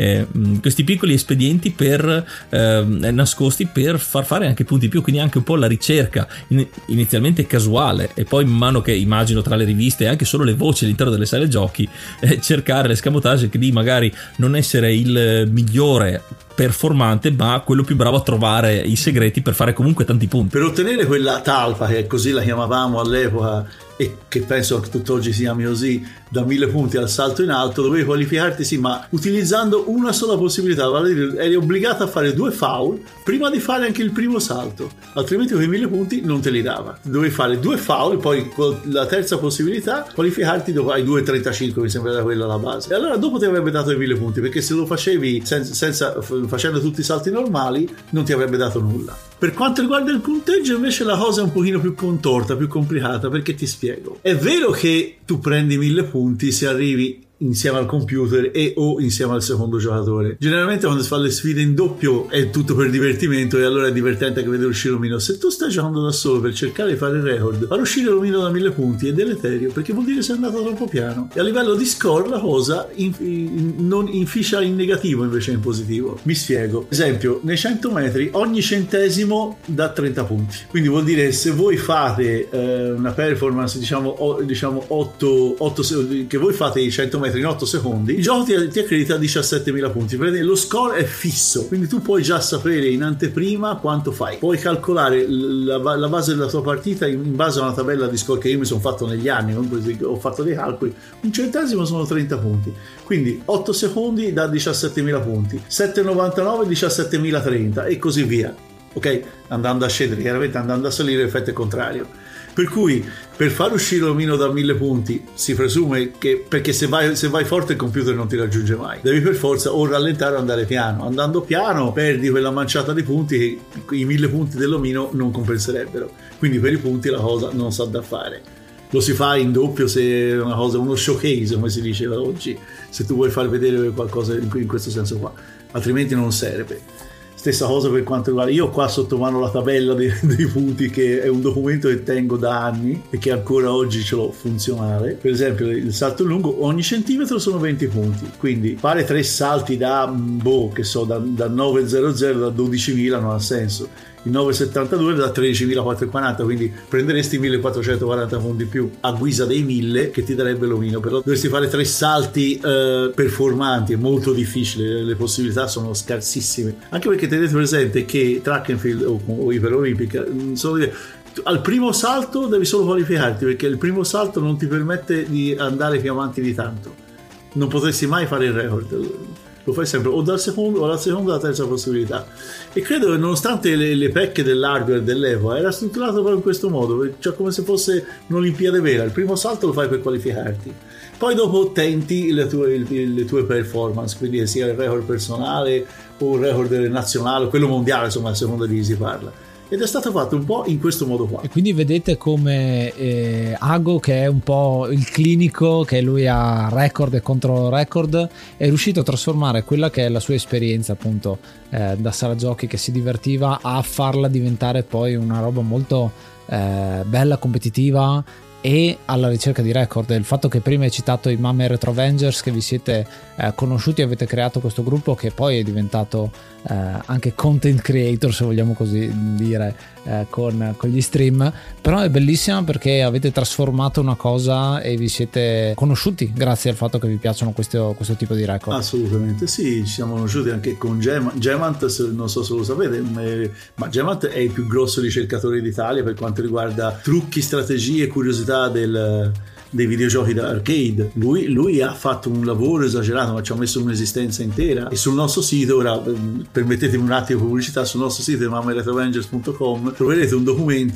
espedienti nascosti per far fare anche punti in più, quindi anche un po' la ricerca inizialmente casuale, e poi man mano che immagino tra le riviste e anche solo le voci all'interno delle sale giochi, cercare l'escamotage di magari non essere il migliore performante, ma quello più bravo a trovare i segreti per fare comunque tanti punti. Per ottenere quella talpa, che così la chiamavamo all'epoca e che penso che tutt'oggi si chiami così, da 1000 punti al salto in alto, dovevi qualificarti, sì, ma utilizzando una sola possibilità, vale a dire, eri obbligata a fare 2 foul prima di fare anche il primo salto, altrimenti quei 1000 punti non te li dava. Dovevi fare 2 foul, poi con la terza possibilità qualificarti dopo ai 2.35, mi sembra quella la base, e allora dopo ti avrebbe dato i 1000 punti, perché se lo facevi facendo tutti i salti normali non ti avrebbe dato nulla. Per quanto riguarda il punteggio invece la cosa è un pochino più contorta, più complicata, perché ti spiego. È vero che tu prendi 1000 punti se arrivi insieme al computer e o insieme al secondo giocatore. Generalmente quando si fa le sfide in doppio è tutto per divertimento, e allora è divertente anche vedere uscire l'omino. Se tu stai giocando da solo per cercare di fare il record, far uscire l'omino da 1000 punti è deleterio, perché vuol dire che sei andato troppo piano, e a livello di score la cosa non inficia in negativo, invece in positivo. Mi spiego. Esempio, nei 100 metri ogni centesimo dà 30 punti, quindi vuol dire se voi fate una performance diciamo 8 che voi fate i 100 metri in 8 secondi, il gioco ti accredita 17.000 punti. Lo score è fisso, quindi tu puoi già sapere in anteprima quanto fai, puoi calcolare la base della tua partita in base a una tabella di score che io mi sono fatto negli anni, ho fatto dei calcoli. Un centesimo sono 30 punti, quindi 8 secondi da 17.000 punti, 7,99 17.030 e così via, ok? Andando a scendere, chiaramente andando a salire l'effetto è contrario. Per cui per far uscire l'omino da 1000 punti si presume che, perché se vai forte il computer non ti raggiunge mai, devi per forza o rallentare o andare piano. Andando piano perdi quella manciata di punti che i 1000 punti dell'omino non compenserebbero, quindi per i punti la cosa non sa da fare. Lo si fa in doppio se è una cosa, uno showcase come si diceva oggi, se tu vuoi far vedere qualcosa in questo senso qua, altrimenti non serve. Stessa cosa per quanto riguarda, io ho qua sotto mano la tabella dei punti, che è un documento che tengo da anni e che ancora oggi ce l'ho funzionale. Per esempio il salto lungo, ogni centimetro sono 20 punti, quindi fare 3 salti da 900 da 12.000 non ha senso. Il 9,72 da 13.440, quindi prenderesti 1.440 punti in più a guisa dei 1000 che ti darebbe l'omino. Però dovresti fare 3 salti performanti, è molto difficile, le possibilità sono scarsissime, anche perché tenete presente che track and field o iperolimpica al primo salto devi solo qualificarti, perché il primo salto non ti permette di andare più avanti di tanto, non potresti mai fare il record, lo fai sempre o dal secondo o alla seconda o alla terza possibilità. E credo che nonostante le pecche dell'hardware dell'epoca era strutturato proprio in questo modo, cioè come se fosse un'Olimpiade vera. Il primo salto lo fai per qualificarti, poi dopo tenti le tue performance, quindi sia il record personale o il record nazionale, quello mondiale, insomma a seconda di chi si parla. Ed è stato fatto un po' in questo modo qua. E quindi vedete come Ago, che è un po' il clinico, che lui ha record e contro record, è riuscito a trasformare quella che è la sua esperienza appunto da sala giochi che si divertiva a farla diventare poi una roba molto bella, competitiva e alla ricerca di record. Il fatto che prima hai citato i Mame Retro Avengers, che vi siete conosciuti e avete creato questo gruppo che poi è diventato anche content creator, se vogliamo così dire, con gli stream, però è bellissima perché avete trasformato una cosa e vi siete conosciuti grazie al fatto che vi piacciono questo tipo di record. Assolutamente sì, ci siamo conosciuti anche con Gemant, non so se lo sapete, ma Gemant è il più grosso ricercatore d'Italia per quanto riguarda trucchi, strategie e curiosità dei videogiochi da arcade. Lui ha fatto un lavoro esagerato, ma ci ha messo un'esistenza intera. E sul nostro sito, ora permettetemi un attimo di pubblicità, sul nostro sito mameretavengers.com troverete un documento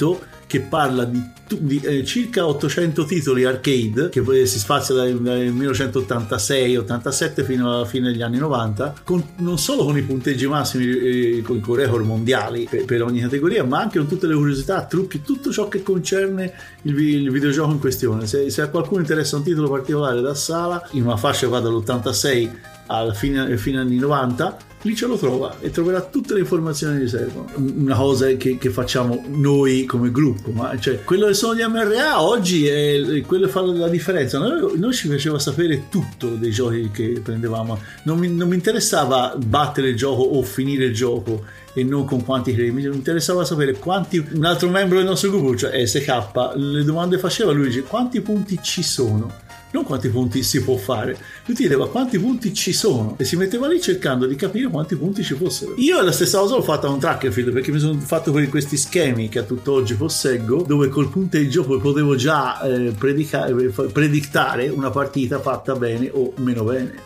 che parla di circa 800 titoli arcade, che poi si spazia dal 1986-87 fino alla fine degli anni 90, non solo con i punteggi massimi, con record mondiali per ogni categoria, ma anche con tutte le curiosità, trucchi, tutto ciò che concerne il videogioco in questione. Se a qualcuno interessa un titolo particolare da sala, in una fascia che va dall'86 alla fine anni 90, lì ce lo trova e troverà tutte le informazioni che gli servono. Una cosa che facciamo noi come gruppo, ma cioè quello che sono gli MRA oggi è quello che fa la differenza. Noi ci piaceva sapere tutto dei giochi che prendevamo, non mi interessava battere il gioco o finire il gioco e non con quanti credi, mi interessava sapere quanti. Un altro membro del nostro gruppo, cioè SK, le domande faceva lui, dice quanti punti ci sono, non quanti punti si può fare. Lui ti diceva quanti punti ci sono e si metteva lì cercando di capire quanti punti ci fossero. Io la stessa cosa l'ho fatta con Trackenfield, perché mi sono fatto questi schemi che a tutt'oggi posseggo, dove col punteggio potevo già predittare una partita fatta bene o meno bene.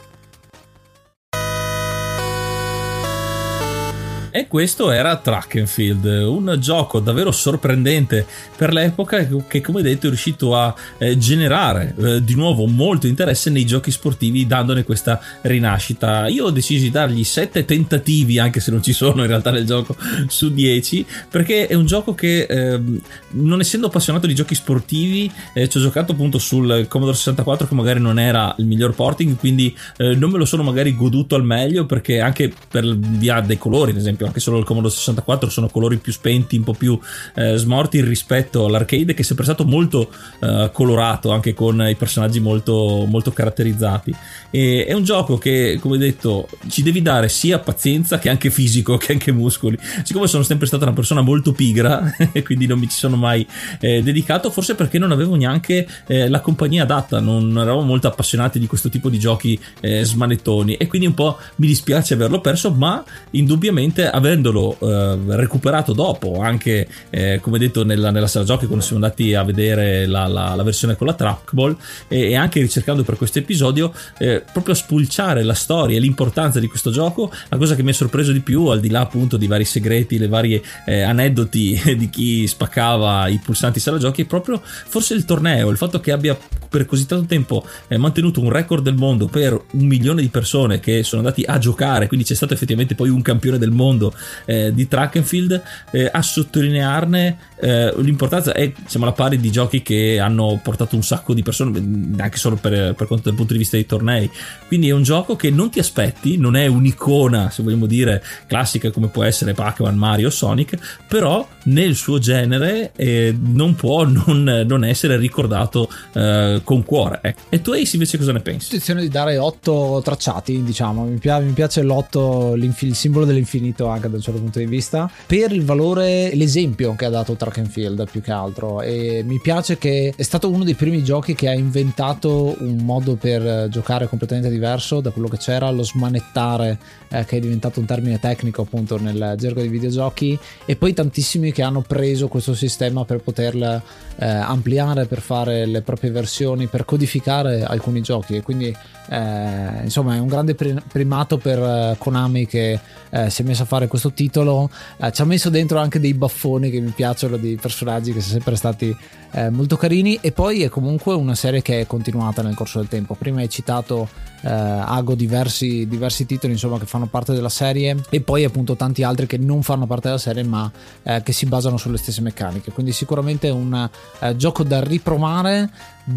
E questo era Trackenfield, un gioco davvero sorprendente per l'epoca che, come detto, è riuscito a generare di nuovo molto interesse nei giochi sportivi, dandone questa rinascita. Io ho deciso di dargli 7 tentativi, anche se non ci sono in realtà nel gioco, su 10, perché è un gioco che, non essendo appassionato di giochi sportivi, ci ho giocato appunto sul Commodore 64, che magari non era il miglior porting, quindi non me lo sono magari goduto al meglio, perché anche per via dei colori, ad esempio, anche solo il Commodore 64 sono colori più spenti, un po' più smorti rispetto all'arcade, che è sempre stato molto colorato, anche con i personaggi molto, molto caratterizzati. E è un gioco che, come detto, ci devi dare sia pazienza che anche fisico, che anche muscoli. Siccome sono sempre stata una persona molto pigra e quindi non mi ci sono mai dedicato, forse perché non avevo neanche la compagnia adatta, non eravamo molto appassionati di questo tipo di giochi smanettoni, e quindi un po' mi dispiace averlo perso, ma indubbiamente avendolo recuperato dopo, anche come detto nella sala giochi, quando siamo andati a vedere la versione con la trackball, e anche ricercando per questo episodio, proprio a spulciare la storia e l'importanza di questo gioco, la cosa che mi ha sorpreso di più, al di là appunto di vari segreti, le varie aneddoti di chi spaccava i pulsanti sala giochi, è proprio forse il torneo, il fatto che abbia per così tanto tempo mantenuto un record del mondo per 1 milione di persone che sono andati a giocare, quindi c'è stato effettivamente poi un campione del mondo di Trackenfield, a sottolinearne l'importanza. Siamo alla pari di giochi che hanno portato un sacco di persone, anche solo per quanto dal punto di vista dei tornei, quindi è un gioco che non ti aspetti, non è un'icona, se vogliamo dire, classica come può essere Pac-Man, Mario, Sonic, però nel suo genere non può non essere ricordato con cuore. E tu, Ace, invece cosa ne pensi? Ho intenzione di dare 8 tracciati, diciamo. Mi piace l'8, il simbolo dell'infinito, anche da un certo punto di vista, per il valore, l'esempio che ha dato Trackenfield più che altro. E mi piace che è stato uno dei primi giochi che ha inventato un modo per giocare completamente diverso da quello che c'era, lo smanettare, che è diventato un termine tecnico appunto nel gergo dei videogiochi, e poi tantissimi che hanno preso questo sistema per poterlo ampliare, per fare le proprie versioni, per codificare alcuni giochi. E quindi insomma è un grande primato per Konami, che si è messo a fare questo titolo, ci ha messo dentro anche dei baffoni che mi piacciono, di personaggi che sono sempre stati molto carini. E poi è comunque una serie che è continuata nel corso del tempo. Prima hai citato Ago, diversi titoli insomma che fanno parte della serie, e poi appunto tanti altri che non fanno parte della serie ma che si basano sulle stesse meccaniche. Quindi sicuramente un gioco da riprovare,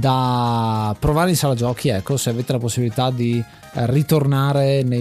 da provare in sala giochi, ecco, se avete la possibilità di ritornare nelle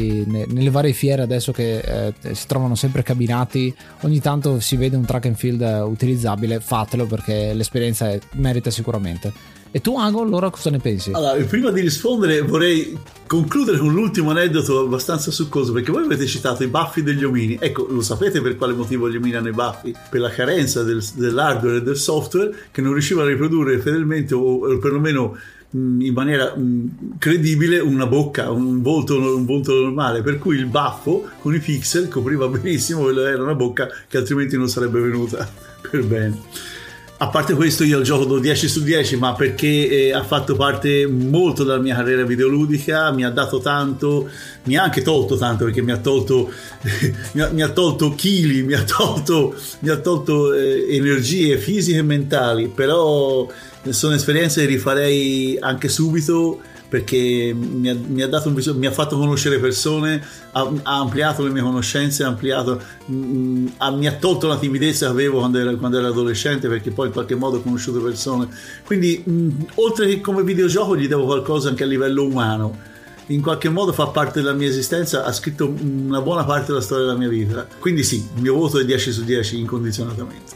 varie fiere adesso che si trovano sempre cabinati, ogni tanto si vede un track and field utilizzabile, fatelo, perché l'esperienza merita sicuramente. E tu, Ago, allora cosa ne pensi? Allora, prima di rispondere vorrei concludere con l'ultimo aneddoto abbastanza succoso, perché voi avete citato i baffi degli omini. Ecco, lo sapete per quale motivo gli omini hanno i baffi? Per la carenza dell'hardware e del software, che non riusciva a riprodurre fedelmente, o perlomeno in maniera credibile, una bocca, un volto normale, per cui il baffo con i pixel copriva benissimo, era una bocca che altrimenti non sarebbe venuta per bene. A parte questo, io il gioco do 10 su 10, ma perché ha fatto parte molto della mia carriera videoludica, mi ha dato tanto, mi ha anche tolto tanto, perché mi ha tolto mi ha tolto chili, mi ha tolto energie fisiche e mentali, però sono esperienze che rifarei anche subito, perché mi ha dato mi ha fatto conoscere persone, ha ampliato le mie conoscenze, mi ha tolto la timidezza che avevo quando ero adolescente, perché poi in qualche modo ho conosciuto persone, quindi oltre che come videogioco gli devo qualcosa anche a livello umano, in qualche modo fa parte della mia esistenza, ha scritto una buona parte della storia della mia vita, quindi sì, il mio voto è 10 su 10 incondizionatamente.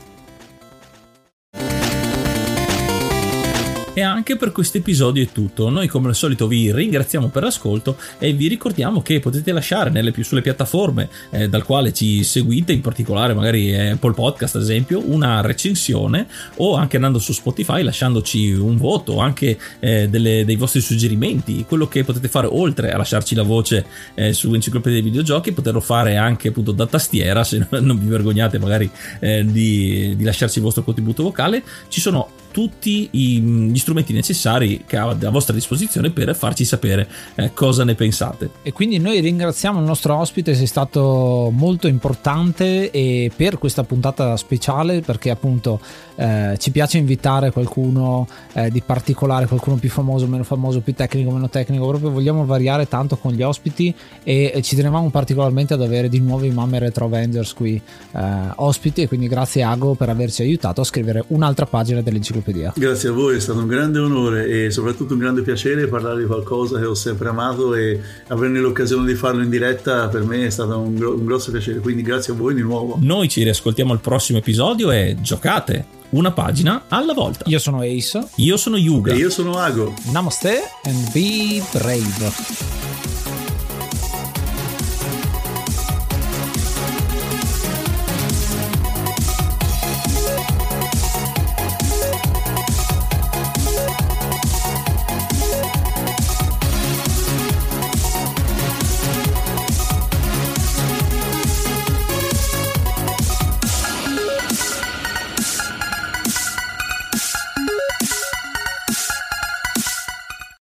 E anche per questo episodio è tutto. Noi come al solito vi ringraziamo per l'ascolto e vi ricordiamo che potete lasciare sulle piattaforme dal quale ci seguite, in particolare magari Apple Podcast ad esempio, una recensione, o anche andando su Spotify lasciandoci un voto, anche dei vostri suggerimenti. Quello che potete fare, oltre a lasciarci la voce su Enciclopedia dei Videogiochi, poterlo fare anche appunto da tastiera, se non vi vergognate magari di lasciarci il vostro contributo vocale. Ci sono tutti gli strumenti necessari che ha a vostra disposizione per farci sapere cosa ne pensate. E quindi noi ringraziamo il nostro ospite, sei stato molto importante e per questa puntata speciale, perché appunto ci piace invitare qualcuno di particolare, qualcuno più famoso, meno famoso, più tecnico, meno tecnico, proprio vogliamo variare tanto con gli ospiti e ci tenevamo particolarmente ad avere di nuovo i Mamme Retro Avengers qui ospiti, e quindi grazie Ago per averci aiutato a scrivere un'altra pagina dell'enciclopedia. Grazie a voi, è stato un grande onore e soprattutto un grande piacere parlare di qualcosa che ho sempre amato, e averne l'occasione di farlo in diretta per me è stato un grosso piacere, quindi grazie a voi di nuovo. Noi ci riascoltiamo al prossimo episodio e giocate una pagina alla volta. Io sono Ace, io sono Yuga e io sono Ago. Namaste and be brave.